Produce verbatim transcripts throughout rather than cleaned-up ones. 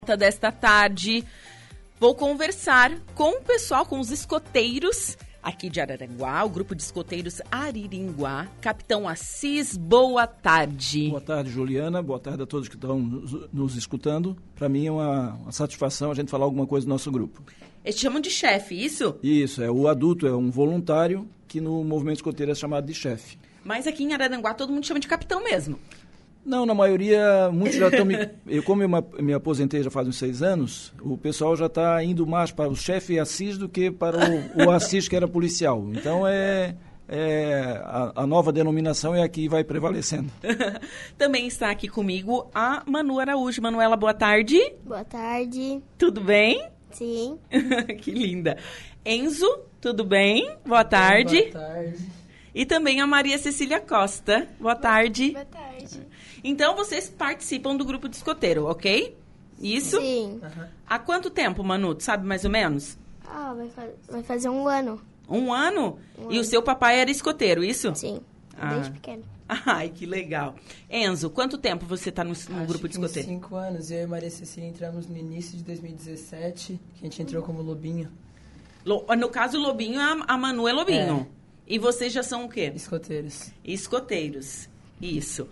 Desta tarde, vou conversar com o pessoal, com os escoteiros aqui de Araranguá, o grupo de escoteiros Ariringuá. Capitão Assis, boa tarde. Boa tarde, Juliana. Boa tarde a todos que estão nos, nos escutando. Para mim é uma, uma satisfação a gente falar alguma coisa do nosso grupo. Eles chamam de chefe, isso? Isso, é o adulto, é um voluntário que no movimento escoteiro é chamado de chefe. Mas aqui em Araranguá todo mundo chama de capitão mesmo. Não, na maioria, muitos já estão... Me, eu, como eu me aposentei já faz uns seis anos, o pessoal já está indo mais para o chefe Assis do que para o, o Assis, que era policial. Então, é, é, a, a nova denominação é a que vai prevalecendo. Também está aqui comigo a Manu Araújo. Manuela, boa tarde. Boa tarde. Tudo bem? Sim. Que linda. Enzo, tudo bem? Boa tarde. Boa tarde. E também a Maria Cecília Costa. Boa tarde. Boa tarde. Então, vocês participam do grupo de escoteiro, ok? Isso? Sim. Uhum. Há quanto tempo, Manu? Tu sabe mais ou menos? Ah, vai, fa- vai fazer um ano. Um ano? Um e ano. o seu papai era escoteiro, isso? Sim. Ah. Desde pequeno. Ai, que legal. Enzo, quanto tempo você está no, no Acho grupo de que uns escoteiro? cinco anos. Eu e Maria Cecília entramos no início de dois mil e dezessete, que a gente entrou como lobinho. Lo- no caso, o Lobinho, a, a Manu é Lobinho. E vocês já são o quê? Escoteiros. Escoteiros. Isso.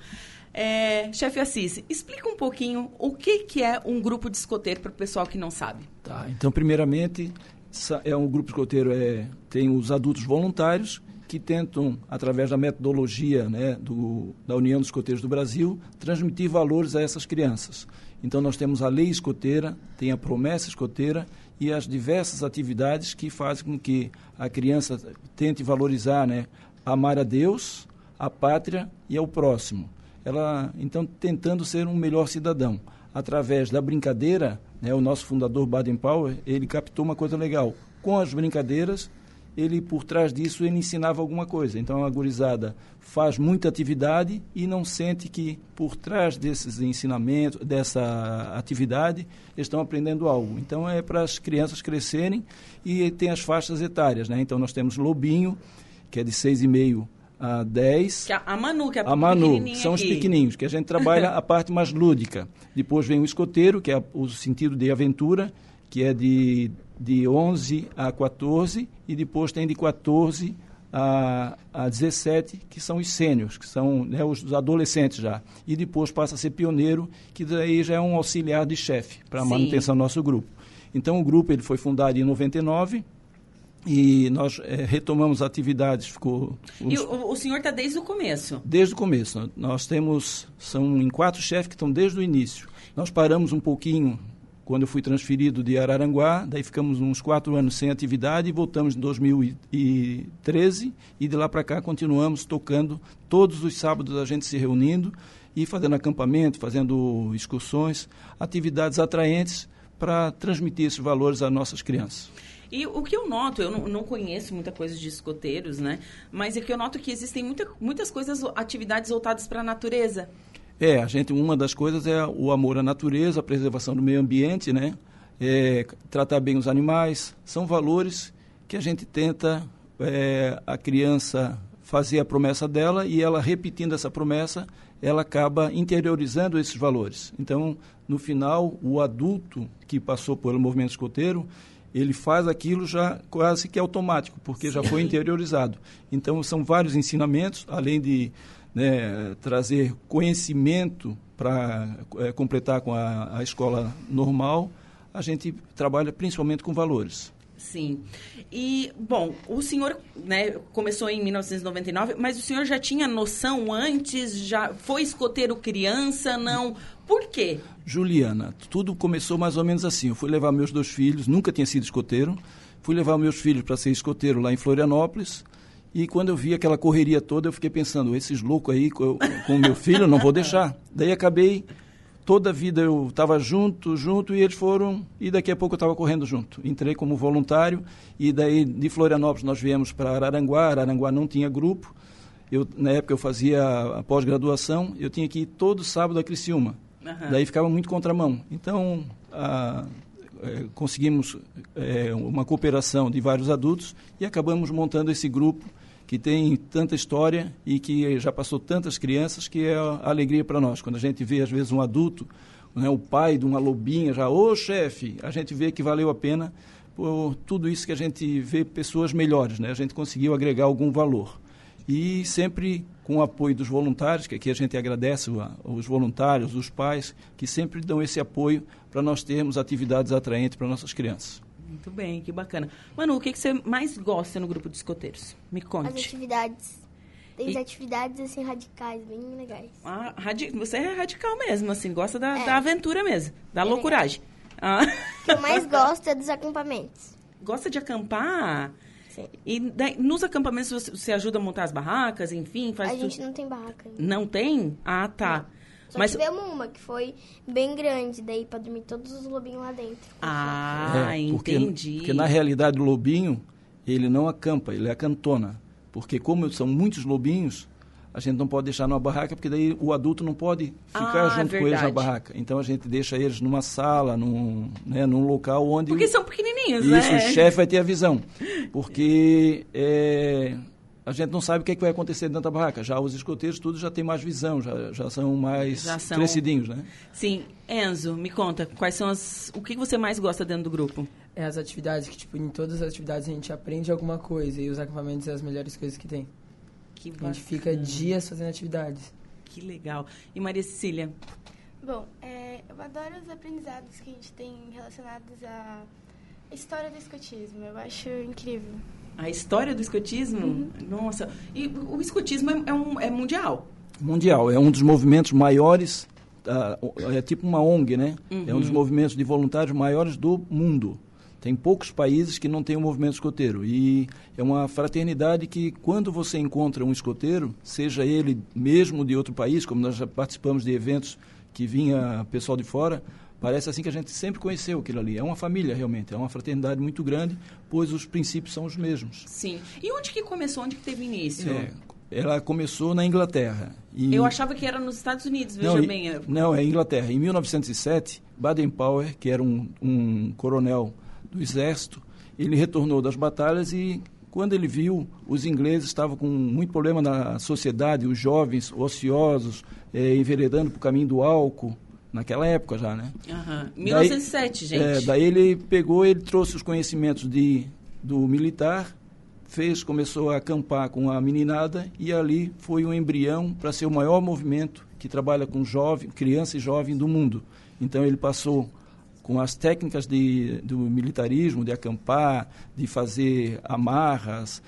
É, chefe Assis, explica um pouquinho o que, que é um grupo de escoteiro para o pessoal que não sabe. Tá, então, primeiramente, é um grupo escoteiro, é, tem os adultos voluntários que tentam, através da metodologia, né, do, da União dos Escoteiros do Brasil, transmitir valores a essas crianças. Então, nós temos a lei escoteira, tem a promessa escoteira e as diversas atividades que fazem com que a criança tente valorizar, né, amar a Deus, a pátria e ao próximo. Ela, então, tentando ser um melhor cidadão. Através da brincadeira, né, o nosso fundador Baden-Powell, ele captou uma coisa legal. Com as brincadeiras, ele, por trás disso, ele ensinava alguma coisa. Então, a gurizada faz muita atividade e não sente que, por trás desses ensinamentos, dessa atividade, estão aprendendo algo. Então, é para as crianças crescerem e tem as faixas etárias, né? Então, nós temos Lobinho, que é de seis e meio a dez. Que a, a Manu, que é a, a Manu, pequenininha são aqui. os pequenininhos, que a gente trabalha a parte mais lúdica. Depois vem o escoteiro, que é o sentido de aventura, que é de, de onze a quatorze, e depois tem de quatorze a, a dezessete, que são os sêniors, que são, né, os, os adolescentes já. E depois passa a ser pioneiro, que daí já é um auxiliar de chefe para a manutenção do nosso grupo. Então, o grupo ele foi fundado em noventa e nove, e nós é, retomamos atividades, ficou... Uns... E o, o senhor está desde o começo? Desde o começo. Nós temos, são em quatro chefes que estão desde o início. Nós paramos um pouquinho quando eu fui transferido de Araranguá, daí ficamos uns quatro anos sem atividade e voltamos em dois mil e treze e de lá para cá continuamos tocando todos os sábados, a gente se reunindo e fazendo acampamento, fazendo excursões, atividades atraentes para transmitir esses valores às nossas crianças. E o que eu noto, eu não, não conheço muita coisa de escoteiros, né? Mas é que eu noto que existem muita, muitas coisas, atividades voltadas para a natureza. É, a gente, uma das coisas é o amor à natureza, a preservação do meio ambiente, né? É, tratar bem os animais. São valores que a gente tenta, é, a criança fazer a promessa dela e ela repetindo essa promessa, ela acaba interiorizando esses valores. Então, no final, o adulto que passou pelo movimento escoteiro, ele faz aquilo já quase que automático, porque Sim. já foi interiorizado. Então, são vários ensinamentos, além de, né, trazer conhecimento para é, completar com a, a escola normal, a gente trabalha principalmente com valores. Sim. E, bom, o senhor, né, começou em mil novecentos e noventa e nove, mas o senhor já tinha noção antes? Já foi escoteiro criança? Não? Por quê? Juliana, tudo começou mais ou menos assim. Eu fui levar meus dois filhos, nunca tinha sido escoteiro, fui levar meus filhos para ser escoteiro lá em Florianópolis, e quando eu vi aquela correria toda, eu fiquei pensando, esses loucos aí com o meu filho, eu não vou deixar. Daí acabei... Toda a vida eu estava junto, junto, e eles foram, e daqui a pouco eu estava correndo junto. Entrei como voluntário, e daí de Florianópolis nós viemos para Araranguá. Araranguá não tinha grupo. Eu, na época eu fazia a pós-graduação, eu tinha que ir todo sábado a Criciúma. Uhum. Daí ficava muito contramão. Então, a, é, conseguimos é, uma cooperação de vários adultos e acabamos montando esse grupo que tem tanta história e que já passou tantas crianças, que é a alegria para nós. Quando a gente vê, às vezes, um adulto né, o pai de uma lobinha já, ô chefe, a gente vê que valeu a pena por tudo isso que a gente vê pessoas melhores, né? A gente conseguiu agregar algum valor. E sempre com o apoio dos voluntários, que aqui a gente agradece os voluntários, os pais, que sempre dão esse apoio para nós termos atividades atraentes para nossas crianças. Muito bem, que bacana. Manu, o que, que você mais gosta no grupo de escoteiros? Me conte. As atividades. Tem E- atividades, assim, radicais, bem legais. Ah, radi- você é radical mesmo, assim, gosta da, É. da aventura mesmo, da É loucuragem. Ah. O que eu mais gosto é dos acampamentos. Gosta de acampar? Sim. E daí, nos acampamentos você, você ajuda a montar as barracas, enfim, faz A tudo? gente não tem barraca ainda. Não tem? Ah, tá. Só Mas tivemos uma que foi bem grande, daí pra dormir todos os lobinhos lá dentro. Ah, É, porque, entendi. Porque na realidade o lobinho, ele não acampa, ele acantona. Porque como são muitos lobinhos, a gente não pode deixar numa barraca, porque daí o adulto não pode ficar Ah, junto com eles na verdade. barraca. Então a gente deixa eles numa sala, num, né, num local onde... Porque são pequenininhos, Isso, né? o chefe vai ter a visão. Porque é, a gente não sabe o que, é que vai acontecer dentro da barraca. Já os escoteiros, tudo já tem mais visão, já, já são mais Já são- crescidinhos, né? Sim. Enzo, me conta, quais são as... O que você mais gosta dentro do grupo? É as atividades que, tipo, em todas as atividades a gente aprende alguma coisa. E os acampamentos são as melhores coisas que tem. Que A gente fica dias fazendo atividades. Que legal. E Maria Cecília? Bom, é, eu adoro os aprendizados que a gente tem relacionados à história do escotismo. Eu acho incrível. A história do escotismo? Nossa. E o escotismo é, é um, é mundial. Mundial, é um dos movimentos maiores, ah, é tipo uma O N G, né? É um dos Uhum. movimentos de voluntários maiores do mundo. Tem poucos países que não têm um movimento escoteiro. E é uma fraternidade que, quando você encontra um escoteiro, seja ele mesmo de outro país, como nós já participamos de eventos que vinha pessoal de fora, parece assim que a gente sempre conheceu aquilo ali. É uma família, realmente. É uma fraternidade muito grande, pois os princípios são os mesmos. Sim. E onde que começou? Onde que teve início? É, ela começou na Inglaterra. E Eu achava que era nos Estados Unidos, veja não, e- bem. eu- Não, é Inglaterra. Em mil novecentos e sete, Baden-Powell, que era um, um coronel do exército, ele retornou das batalhas e, quando ele viu, os ingleses estavam com muito problema na sociedade, os jovens ociosos, eh, enveredando para o caminho do álcool, naquela época já, né? Aham. mil novecentos e sete, gente. É, daí ele pegou, ele trouxe os conhecimentos de, do militar, fez, começou a acampar com a meninada e ali foi um embrião para ser o maior movimento que trabalha com jovem, criança e jovem do mundo. Então ele passou com as técnicas de, do militarismo, de acampar, de fazer amarras,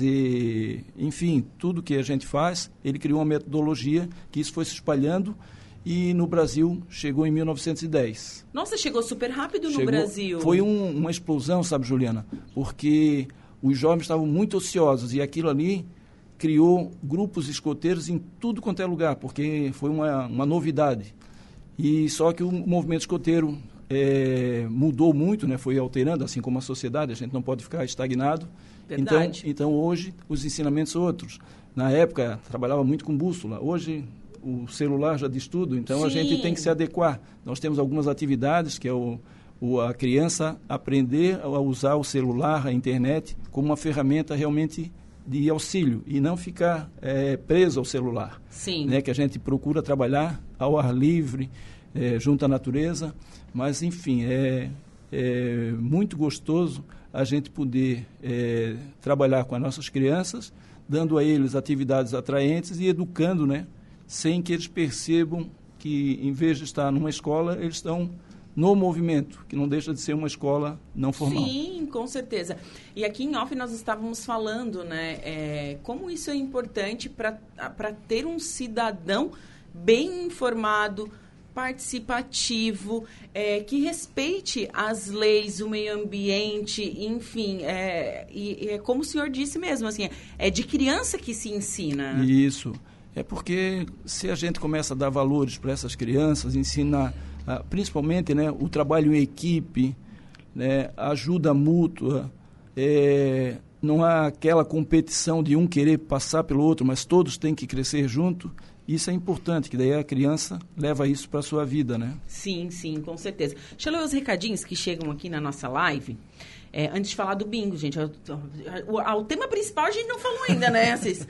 fazer, enfim, tudo que a gente faz, ele criou uma metodologia que isso foi se espalhando e no Brasil chegou em mil novecentos e dez. Nossa, chegou super rápido no Chegou- Brasil. Foi um- uma explosão, sabe, Juliana? Porque os jovens estavam muito ociosos e aquilo ali criou grupos escoteiros em tudo quanto é lugar, porque foi uma, uma novidade. E só que o movimento escoteiro eh, mudou muito, né? Foi alterando, assim como a sociedade, a gente não pode ficar estagnado. Então, Verdade. então, hoje, os ensinamentos são outros. Na época, trabalhava muito com bússola. Hoje, o celular já diz tudo, então a Sim. gente tem que se adequar. Nós temos algumas atividades, que é o, o, a criança aprender a usar o celular, a internet, como uma ferramenta realmente de auxílio e não ficar eh, preso ao celular. Sim. Né, que a gente procura trabalhar ao ar livre, eh, junto à natureza, mas, enfim, é, é muito gostoso a gente poder eh, trabalhar com as nossas crianças, dando a eles atividades atraentes e educando, né, sem que eles percebam que, em vez de estar numa escola, eles estão no movimento, que não deixa de ser uma escola não formal. Sim, com certeza. E aqui em off nós estávamos falando, né, é, como isso é importante para ter um cidadão bem informado, participativo, é, que respeite as leis, o meio ambiente, enfim, é, e, e é como o senhor disse mesmo, assim, é de criança que se ensina. Isso. É porque se a gente começa a dar valores para essas crianças, ensinar, ah, principalmente, né, o trabalho em equipe, né, a ajuda mútua, é, não há aquela competição de um querer passar pelo outro, mas todos têm que crescer junto. Isso é importante, que daí a criança leva isso para a sua vida, né? Sim, sim, com certeza. Deixa eu ler os recadinhos que chegam aqui na nossa live. É, antes de falar do bingo, gente, o, o, o tema principal a gente não falou ainda, né, Assis?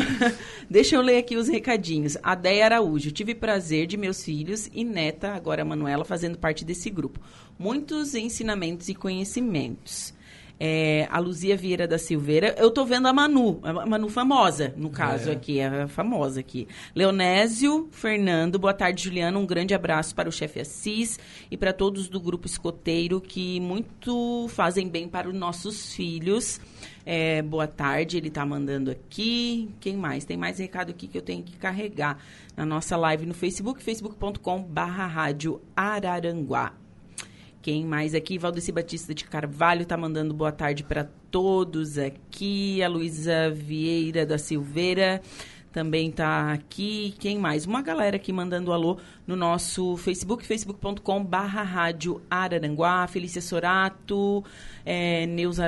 Deixa eu ler aqui os recadinhos. A Déia Araújo, tive prazer de meus filhos e neta, agora a Manuela, fazendo parte desse grupo. Muitos ensinamentos e conhecimentos. É, a Luzia Vieira da Silveira, eu tô vendo a Manu, a Manu famosa, no caso é. aqui, a famosa aqui. Leonésio Fernando, boa tarde, Juliana, um grande abraço para o chefe Assis e para todos do grupo escoteiro que muito fazem bem para os nossos filhos. É, boa tarde, ele tá mandando aqui. Quem mais? Tem mais recado aqui que eu tenho que carregar na nossa live no Facebook, facebook ponto com barra rádio Araranguá. Quem mais aqui? Valdeci Batista de Carvalho está mandando boa tarde para todos aqui. A Luísa Vieira da Silveira também está aqui. Quem mais? Uma galera aqui mandando alô no nosso Facebook, facebook ponto com barra rádio Araranguá. Felícia Sorato, é, Neuza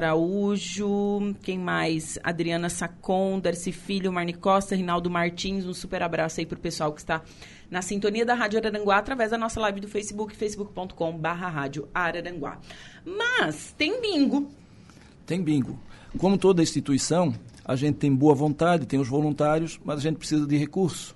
Araújo, quem mais? Adriana Sacon, Darcy Filho, Marni Costa, Rinaldo Martins. Um super abraço aí para o pessoal que está na sintonia da Rádio Araranguá, através da nossa live do Facebook, facebook ponto com barra rádio Araranguá. Mas tem bingo. Tem bingo. Como toda instituição, a gente tem boa vontade, tem os voluntários, mas a gente precisa de recurso.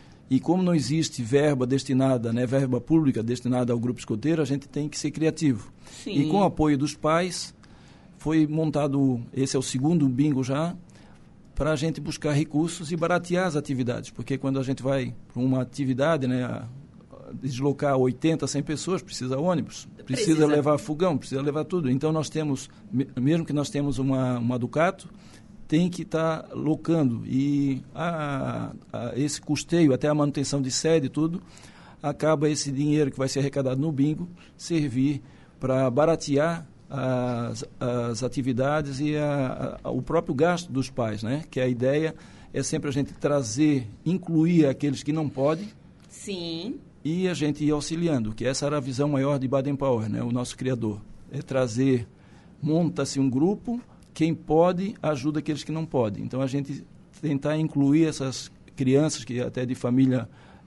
E como não existe verba destinada, né, verba pública destinada ao grupo escoteiro, a gente tem que ser criativo. Sim. E com o apoio dos pais, foi montado, esse é o segundo bingo já, para a gente buscar recursos e baratear as atividades, porque quando a gente vai para uma atividade, né, a, a deslocar oitenta, cem pessoas, precisa ônibus, precisa, precisa levar fogão, precisa levar tudo. Então nós temos, mesmo que nós temos uma, uma Ducato, tem que estar tá locando e a, a, esse custeio, até a manutenção de sede e tudo, acaba esse dinheiro que vai ser arrecadado no bingo servir para baratear As, as atividades e a, a, o próprio gasto dos pais, né? Que a ideia é sempre a gente trazer, incluir aqueles que não podem. Sim. E a gente ir auxiliando, que essa era a visão maior de Baden-Powell, né? O nosso criador. É trazer, monta-se um grupo, quem pode ajuda aqueles que não podem. Então a gente tentar incluir essas crianças que até de família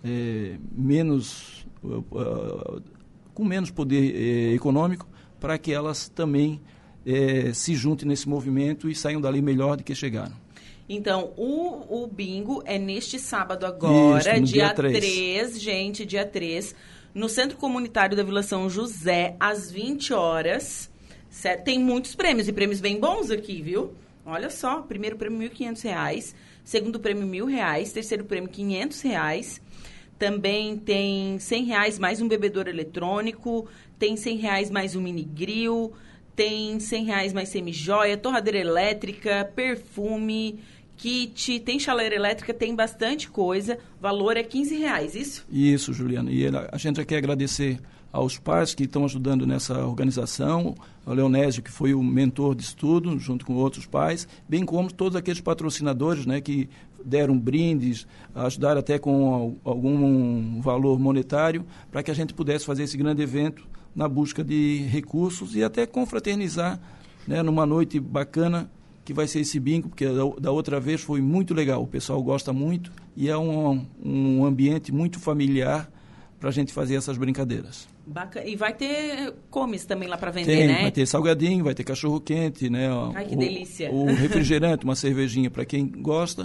é, menos, uh, uh, com menos poder uh, econômico, para que elas também eh, se juntem nesse movimento e saiam dali melhor do que chegaram. Então, o, o bingo é neste sábado agora, Isso, no dia dia três. três, gente, dia três, no Centro Comunitário da Vila São José, às vinte horas. Certo? Tem muitos prêmios, e prêmios bem bons aqui, viu? Olha só, primeiro prêmio mil e quinhentos reais, segundo prêmio mil reais, terceiro prêmio quinhentos reais. Também tem cem reais mais um bebedouro eletrônico, tem cem reais mais um mini grill, tem cem reais mais semi-joia, torradeira elétrica, perfume, kit, tem chaleira elétrica, tem bastante coisa. O valor é quinze reais, isso? Isso, Juliana. E a gente já quer agradecer aos pais que estão ajudando nessa organização, ao Leonésio, que foi o mentor de estudo, junto com outros pais, bem como todos aqueles patrocinadores, né, que deram brindes, ajudaram até com algum valor monetário, para que a gente pudesse fazer esse grande evento na busca de recursos e até confraternizar, né, numa noite bacana que vai ser esse bingo, porque da outra vez foi muito legal, o pessoal gosta muito e é um, um ambiente muito familiar para a gente fazer essas brincadeiras. Bacana. E vai ter comes também lá para vender, Tem, né? Vai ter salgadinho, vai ter cachorro-quente, né? Ai, que o, delícia. O refrigerante, uma cervejinha para quem gosta.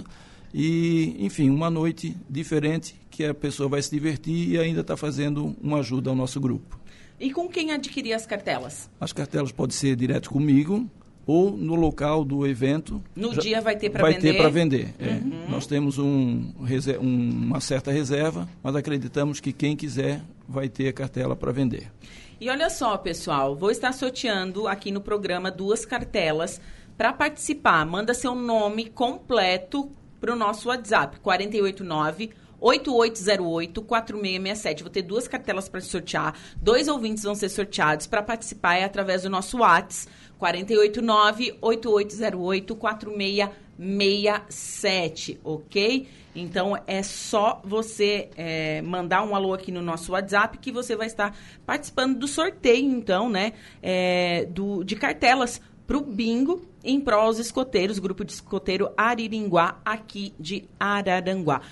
E, enfim, uma noite diferente que a pessoa vai se divertir e ainda está fazendo uma ajuda ao nosso grupo. E com quem adquirir as cartelas? As cartelas podem ser direto comigo ou no local do evento. No já, dia vai ter para vai vender? Vai ter para vender, é. Uhum. Nós temos um, um, uma certa reserva, mas acreditamos que quem quiser vai ter a cartela para vender. E olha só, pessoal, vou estar sorteando aqui no programa duas cartelas. Para participar, manda seu nome completo para o nosso WhatsApp, quatro oito nove, oito oito zero oito, quatro seis seis sete. Vou ter duas cartelas para sortear. Dois ouvintes vão ser sorteados. Para participar é através do nosso WhatsApp, quatro oito nove, oito oito zero oito, quatro seis seis sete, ok? Então, é só você é, mandar um alô aqui no nosso WhatsApp que você vai estar participando do sorteio, então, né, é, do, de cartelas para o bingo em prol aos escoteiros, grupo de escoteiro Ariringuá, aqui de Araranguá.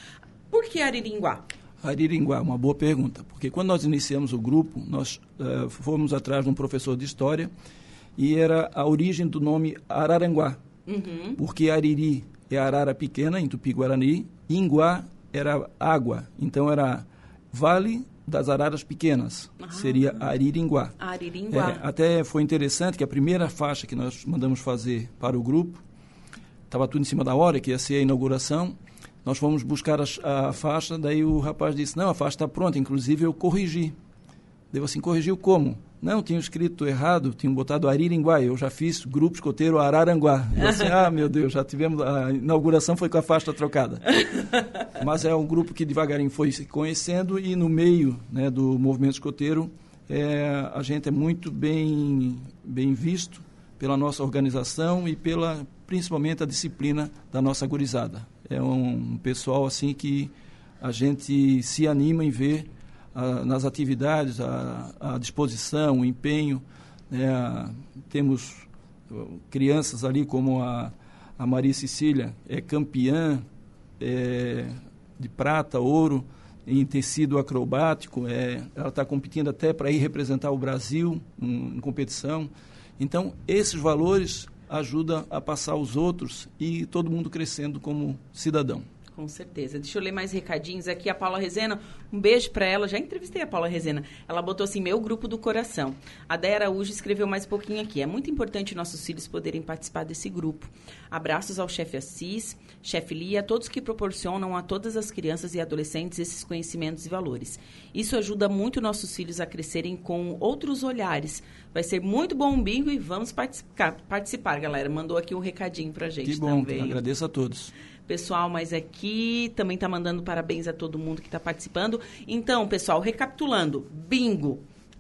Por que Ariringuá? Ariringuá, uma boa pergunta, porque quando nós iniciamos o grupo, nós uh, fomos atrás de um professor de história e era a origem do nome Araranguá, uhum. porque Ariri é arara pequena, em Tupi-Guarani, e Inguá era água, então era Vale das Araras Pequenas, ah. seria Ariringuá. Ariringuá. É, até foi interessante que a primeira faixa que nós mandamos fazer para o grupo, estava tudo em cima da hora, que ia ser a inauguração, nós fomos buscar a, a faixa, daí o rapaz disse, não, a faixa está pronta, inclusive eu corrigi. Devo assim, corrigiu como? Não, tinha escrito errado, tinham botado Ariringuá, eu já fiz grupo escoteiro Araranguá. Eu assim, ah, meu Deus, já tivemos, a inauguração foi com a faixa trocada. Mas é um grupo que devagarinho foi se conhecendo e no meio, né, do movimento escoteiro, é, a gente é muito bem, bem visto pela nossa organização e pela, principalmente, a disciplina da nossa gurizada. É um pessoal assim que a gente se anima em ver a, nas atividades, a, a disposição, o empenho. Né? A, temos crianças ali como a, a Maria Cecília, é campeã é, de prata, ouro, em tecido acrobático. É, ela está competindo até para ir representar o Brasil em, em competição. Então, esses valores ajudam a passar os outros e todo mundo crescendo como cidadão. Com certeza. Deixa eu ler mais recadinhos aqui. A Paula Rezena, um beijo para ela. Já entrevistei a Paula Rezena. Ela botou assim, meu grupo do coração. A Déia Araújo escreveu mais um pouquinho aqui. É muito importante nossos filhos poderem participar desse grupo. Abraços ao chefe Assis, chefe Lia, a todos que proporcionam a todas as crianças e adolescentes esses conhecimentos e valores. Isso ajuda muito nossos filhos a crescerem com outros olhares. Vai ser muito bom um bingo e vamos participar, participar, galera. Mandou aqui um recadinho pra gente que bom, também. Agradeço a todos. Pessoal, mas aqui também está mandando parabéns a todo mundo que está participando. Então, pessoal, recapitulando, bingo.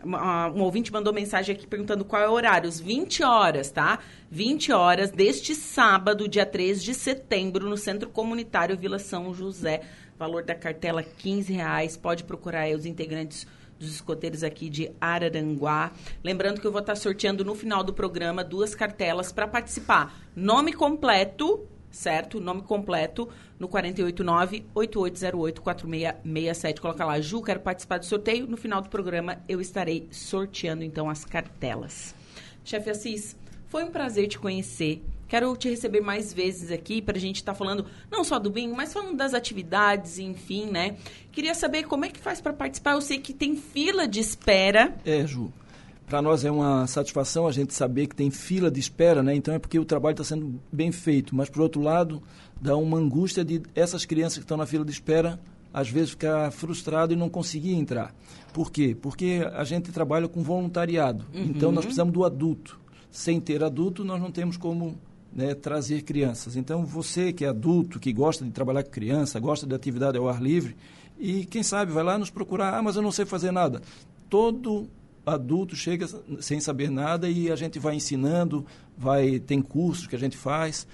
Um ouvinte mandou mensagem aqui perguntando qual é o horário. Às vinte horas, tá? vinte horas deste sábado, dia três de setembro, no Centro Comunitário Vila São José. Valor da cartela quinze reais. Pode procurar aí os integrantes dos escoteiros aqui de Araranguá. Lembrando que eu vou estar sorteando no final do programa duas cartelas para participar. Nome completo, certo? Nome completo no quatro oito nove, oito oito zero oito, quatro seis seis sete. Coloca lá, Ju, quero participar do sorteio. No final do programa eu estarei sorteando, então, as cartelas. Chefe Assis, foi um prazer te conhecer. Quero te receber mais vezes aqui para a gente estar tá falando não só do bingo, mas falando das atividades, enfim, né? Queria saber como é que faz para participar. Eu sei que tem fila de espera. É, Ju. Para nós é uma satisfação a gente saber que tem fila de espera, né? Então é porque o trabalho está sendo bem feito. Mas, por outro lado, dá uma angústia de essas crianças que estão na fila de espera, às vezes, ficar frustrado e não conseguir entrar. Por quê? Porque a gente trabalha com voluntariado. Uhum. Então, nós precisamos do adulto. Sem ter adulto, nós não temos como, né, trazer crianças. Então, você que é adulto, que gosta de trabalhar com criança, gosta de atividade ao ar livre, e quem sabe vai lá nos procurar, ah, mas eu não sei fazer nada. Todo adulto chega sem saber nada e a gente vai ensinando, vai, tem cursos que a gente faz,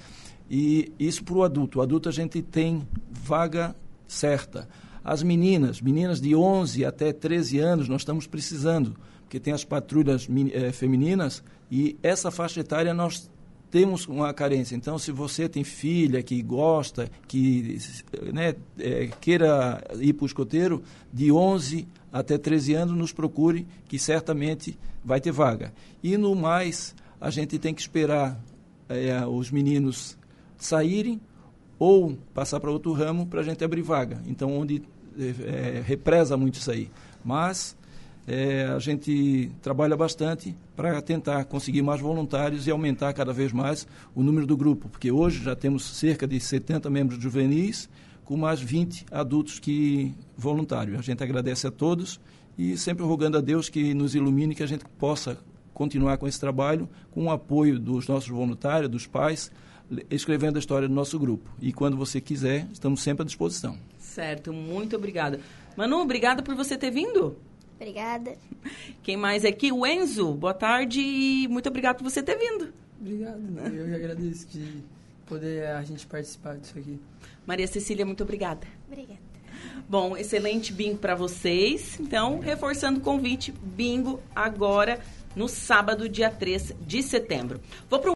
e isso para o adulto. O adulto a gente tem vaga certa. As meninas, meninas de onze até treze anos, nós estamos precisando, porque tem as patrulhas é, femininas e essa faixa etária nós temos uma carência. Então, se você tem filha que gosta, que, né, é, queira ir para o escoteiro, de onze até treze anos, nos procure, que certamente vai ter vaga. E, no mais, a gente tem que esperar é, os meninos saírem ou passar para outro ramo para a gente abrir vaga. Então, onde é, represa muito isso aí. Mas é, a gente trabalha bastante para tentar conseguir mais voluntários e aumentar cada vez mais o número do grupo, porque hoje já temos cerca de setenta membros juvenis, com mais vinte adultos que voluntários. A gente agradece a todos e sempre rogando a Deus que nos ilumine, que a gente possa continuar com esse trabalho, com o apoio dos nossos voluntários, dos pais, escrevendo a história do nosso grupo. E quando você quiser, estamos sempre à disposição. Certo, muito obrigada. Manu, obrigada por você ter vindo. Obrigada. Quem mais é aqui? O Enzo, boa tarde e muito obrigado por você ter vindo. Obrigado, né? Eu que agradeço de poder a gente participar disso aqui. Maria Cecília, muito obrigada. Obrigada. Bom, excelente bingo para vocês. Então, reforçando o convite, bingo agora no sábado, dia três de setembro. Vou pro